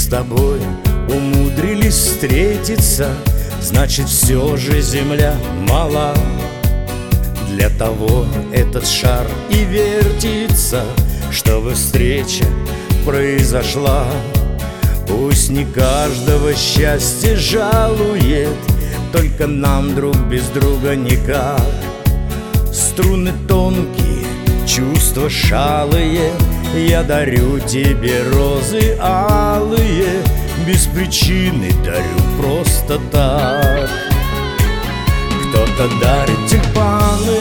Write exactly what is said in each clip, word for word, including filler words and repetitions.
с тобой умудрились встретиться, значит, все же земля мала. Для того этот шар и вертится, чтобы встреча произошла. Пусть не каждого счастье жалует, только нам друг без друга никак. Струны тонкие, чувства шалые, я дарю тебе розы алые, без причины дарю просто так. Кто-то дарит тюльпаны,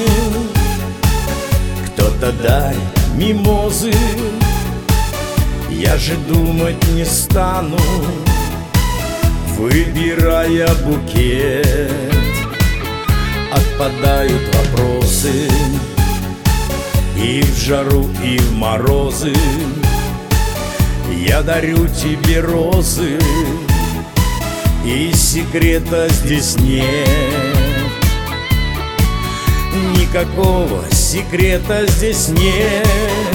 кто-то дарит мимозы. Я же думать не стану, выбирая букет. Отпадают вопросы и в жару, и в морозы. Я дарю тебе розы, и секрета здесь нет. Никакого секрета здесь нет.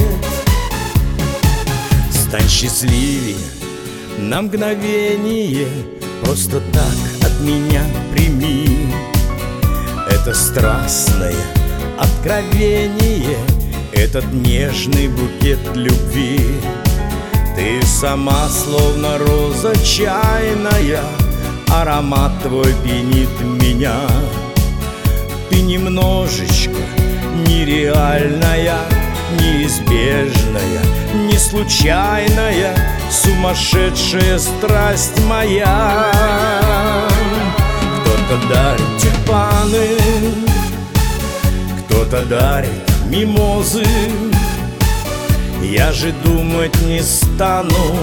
Стань счастливее на мгновение, просто так от меня прими это страстное откровение, этот нежный букет любви. Ты сама словно роза чайная, аромат твой пьянит меня. Ты немножечко нереальная, неизбежная, не случайная, сумасшедшая страсть моя. Кто-то дарит тюльпаны, кто-то дарит мимозы. Я же думать не стану,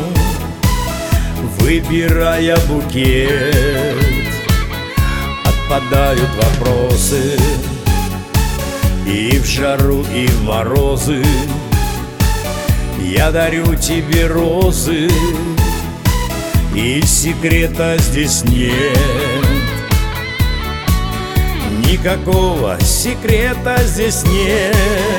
выбирая букет. Отпадают вопросы и в жару, и в морозы. Я дарю тебе розы, и секрета здесь нет. Никакого секрета здесь нет.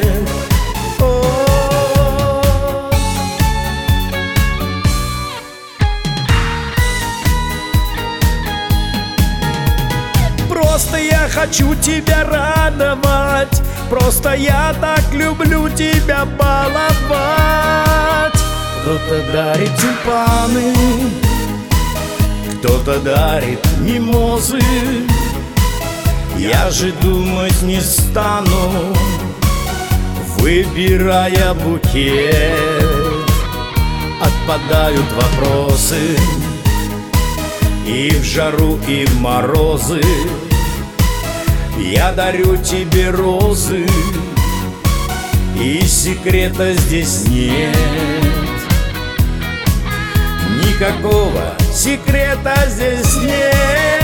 Просто я хочу тебя радовать, просто я так люблю тебя баловать. Кто-то дарит тюльпаны, кто-то дарит мимозы. Я же думать не стану, выбирая букет. Отпадают вопросы и в жару, и в морозы. Я дарю тебе розы, и секрета здесь нет. Никакого секрета здесь нет.